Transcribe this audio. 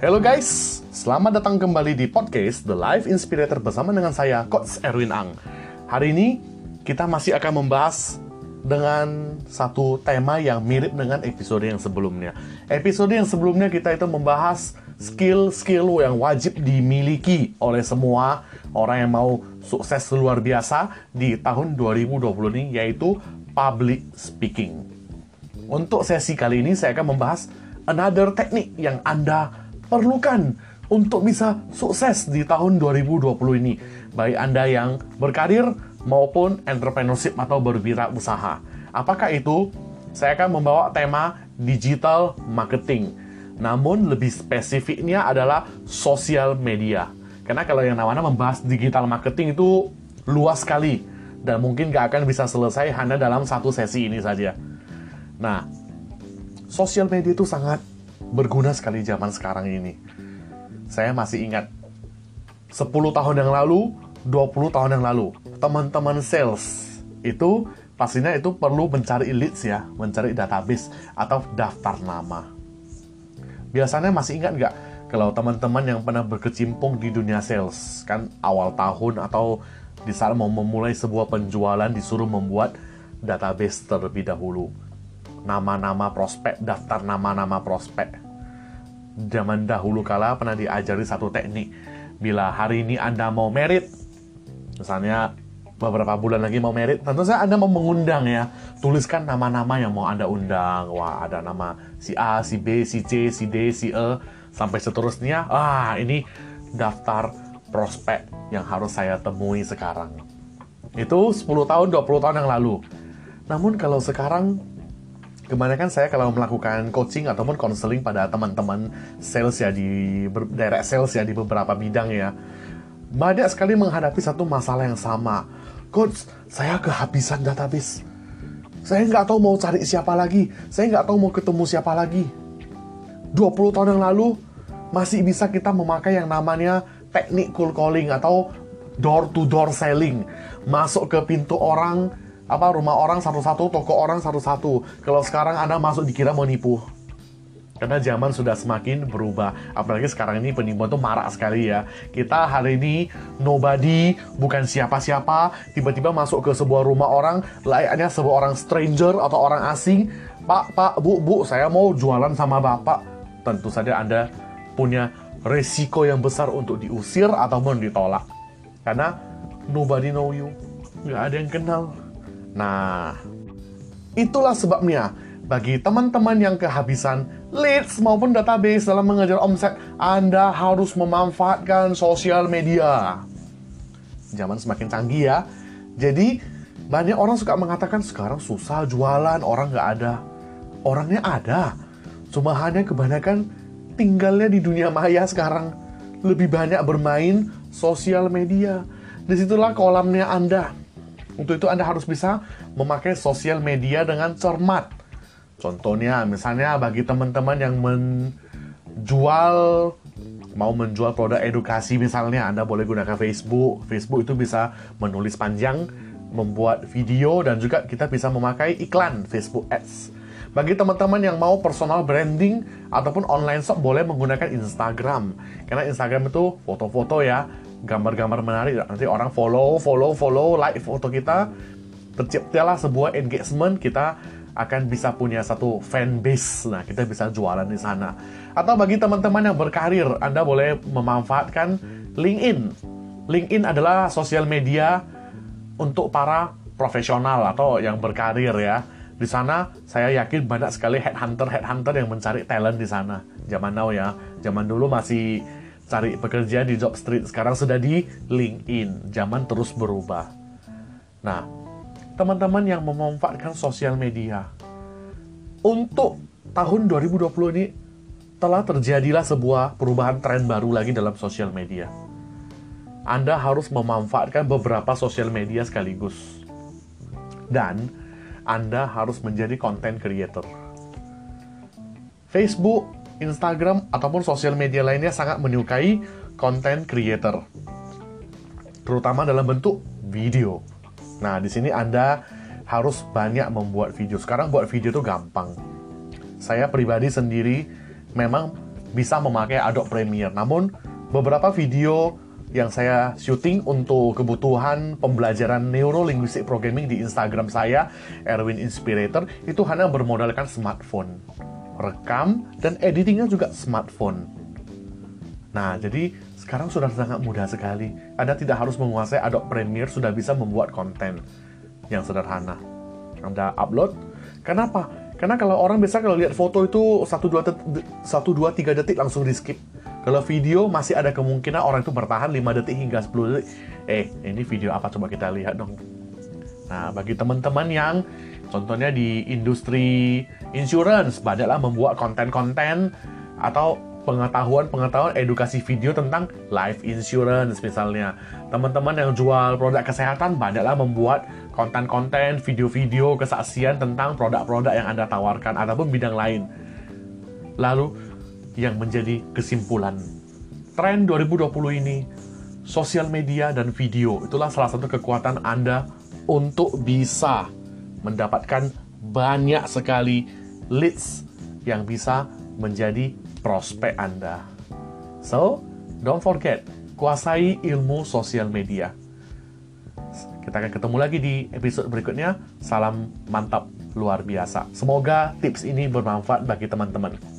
Halo guys, selamat datang kembali di podcast The Life Inspirator bersama dengan saya, Coach Erwin Ang. Hari ini kita masih akan membahas dengan satu tema yang mirip dengan episode yang sebelumnya. Episode yang sebelumnya kita itu membahas skill-skill yang wajib dimiliki oleh semua orang yang mau sukses luar biasa di tahun 2020 ini, yaitu public speaking. Untuk sesi kali ini saya akan membahas another teknik yang Anda perlukan untuk bisa sukses di tahun 2020 ini, baik Anda yang berkarir maupun entrepreneurship atau berwirausaha. Apakah itu? Saya akan membawa tema digital marketing. Namun lebih spesifiknya adalah sosial media. Karena kalau yang namanya membahas digital marketing itu luas sekali dan mungkin gak akan bisa selesai hanya dalam satu sesi ini saja. Nah, sosial media itu sangat berguna sekali zaman sekarang ini. Saya masih ingat 10 tahun yang lalu, 20 tahun yang lalu, teman-teman sales itu pastinya itu perlu mencari leads ya, mencari database atau daftar nama. Biasanya masih ingat nggak kalau teman-teman yang pernah berkecimpung di dunia sales, kan awal tahun atau di saat mau memulai sebuah penjualan disuruh membuat database terlebih dahulu. Nama-nama prospek, daftar nama-nama prospek. Zaman dahulu kala pernah diajari satu teknik. Bila hari ini Anda mau merit, misalnya beberapa bulan lagi mau merit, tentu saja Anda mau mengundang ya. Tuliskan nama-nama yang mau Anda undang. Wah, ada nama si A, si B, si C, si D, si E, sampai seterusnya. Ini daftar prospek yang harus saya temui sekarang. Itu 10 tahun, 20 tahun yang lalu. Namun kalau sekarang, kebanyakan saya kalau melakukan coaching ataupun counseling pada teman-teman sales ya, di direct sales ya, di beberapa bidang ya, banyak sekali menghadapi satu masalah yang sama. Coach, saya kehabisan database. Saya nggak tahu mau cari siapa lagi. Saya nggak tahu mau ketemu siapa lagi. 20 tahun yang lalu, masih bisa kita memakai yang namanya teknik cold calling atau door-to-door selling. Masuk ke pintu orang, rumah orang satu-satu, toko orang satu-satu. Kalau sekarang Anda masuk dikira mau nipu. Karena zaman sudah semakin berubah. Apalagi sekarang ini penipuan itu marak sekali ya. Kita hari ini nobody, bukan siapa-siapa, tiba-tiba masuk ke sebuah rumah orang, layaknya sebuah orang stranger atau orang asing. Pak, bu, saya mau jualan sama Bapak. Tentu saja Anda punya resiko yang besar untuk diusir ataupun ditolak. Karena nobody know you. Nggak ada yang kenal. Nah, itulah sebabnya bagi teman-teman yang kehabisan leads maupun database dalam mengejar omset, Anda harus memanfaatkan sosial media. Zaman semakin canggih ya. Jadi, banyak orang suka mengatakan sekarang susah jualan, orang nggak ada. Orangnya ada. Cuma hanya kebanyakan tinggalnya di dunia maya sekarang. Lebih banyak bermain sosial media. Disitulah kolamnya Anda. Untuk itu Anda harus bisa memakai sosial media dengan cermat. Contohnya, misalnya bagi teman-teman yang mau menjual produk edukasi misalnya, Anda boleh gunakan Facebook. Facebook itu bisa menulis panjang, membuat video, dan juga kita bisa memakai iklan Facebook Ads. Bagi teman-teman yang mau personal branding ataupun online shop, boleh menggunakan Instagram. Karena Instagram itu foto-foto ya, gambar-gambar menarik, nanti orang follow, like foto kita, terciptalah sebuah engagement, kita akan bisa punya satu fanbase. Nah, kita bisa jualan di sana. Atau bagi teman-teman yang berkarir, Anda boleh memanfaatkan LinkedIn. LinkedIn adalah sosial media untuk para profesional atau yang berkarir ya. Di sana saya yakin banyak sekali headhunter yang mencari talent di sana. Zaman now ya, zaman dulu masih cari pekerjaan di job street, sekarang sudah di LinkedIn. Zaman terus berubah. Nah, teman-teman yang memanfaatkan sosial media, untuk tahun 2020 ini telah terjadilah sebuah perubahan tren baru lagi dalam sosial media. Anda harus memanfaatkan beberapa sosial media sekaligus. Dan Anda harus menjadi content creator. Facebook, Instagram, ataupun sosial media lainnya sangat menyukai content creator, terutama dalam bentuk video. Nah, di sini Anda harus banyak membuat video. Sekarang buat video itu gampang. Saya pribadi sendiri memang bisa memakai Adobe Premiere. Namun, beberapa video yang saya syuting untuk kebutuhan pembelajaran Neuro-Linguistic Programming di Instagram saya, Erwin Inspirator, itu hanya bermodalkan smartphone. Rekam dan editingnya juga smartphone. Nah, jadi sekarang sudah sangat mudah sekali. Anda tidak harus menguasai Adobe Premiere, sudah bisa membuat konten yang sederhana. Anda upload. Kenapa? Karena kalau orang biasa kalau lihat foto itu 1-2-3 detik langsung di skip. Kalau video masih ada kemungkinan orang itu bertahan 5 detik hingga 10 detik. Ini video apa? Coba kita lihat dong. Nah, bagi teman-teman yang contohnya di industri insurance, banyaklah membuat konten-konten atau pengetahuan edukasi video tentang life insurance misalnya. Teman-teman yang jual produk kesehatan, banyaklah membuat konten-konten, video-video kesaksian tentang produk-produk yang Anda tawarkan ataupun bidang lain. Lalu, yang menjadi kesimpulan tren 2020 ini, sosial media dan video itulah salah satu kekuatan Anda untuk bisa mendapatkan banyak sekali leads yang bisa menjadi prospek Anda. So, don't forget, kuasai ilmu sosial media. Kita akan ketemu lagi di episode berikutnya. Salam mantap luar biasa. Semoga tips ini bermanfaat bagi teman-teman.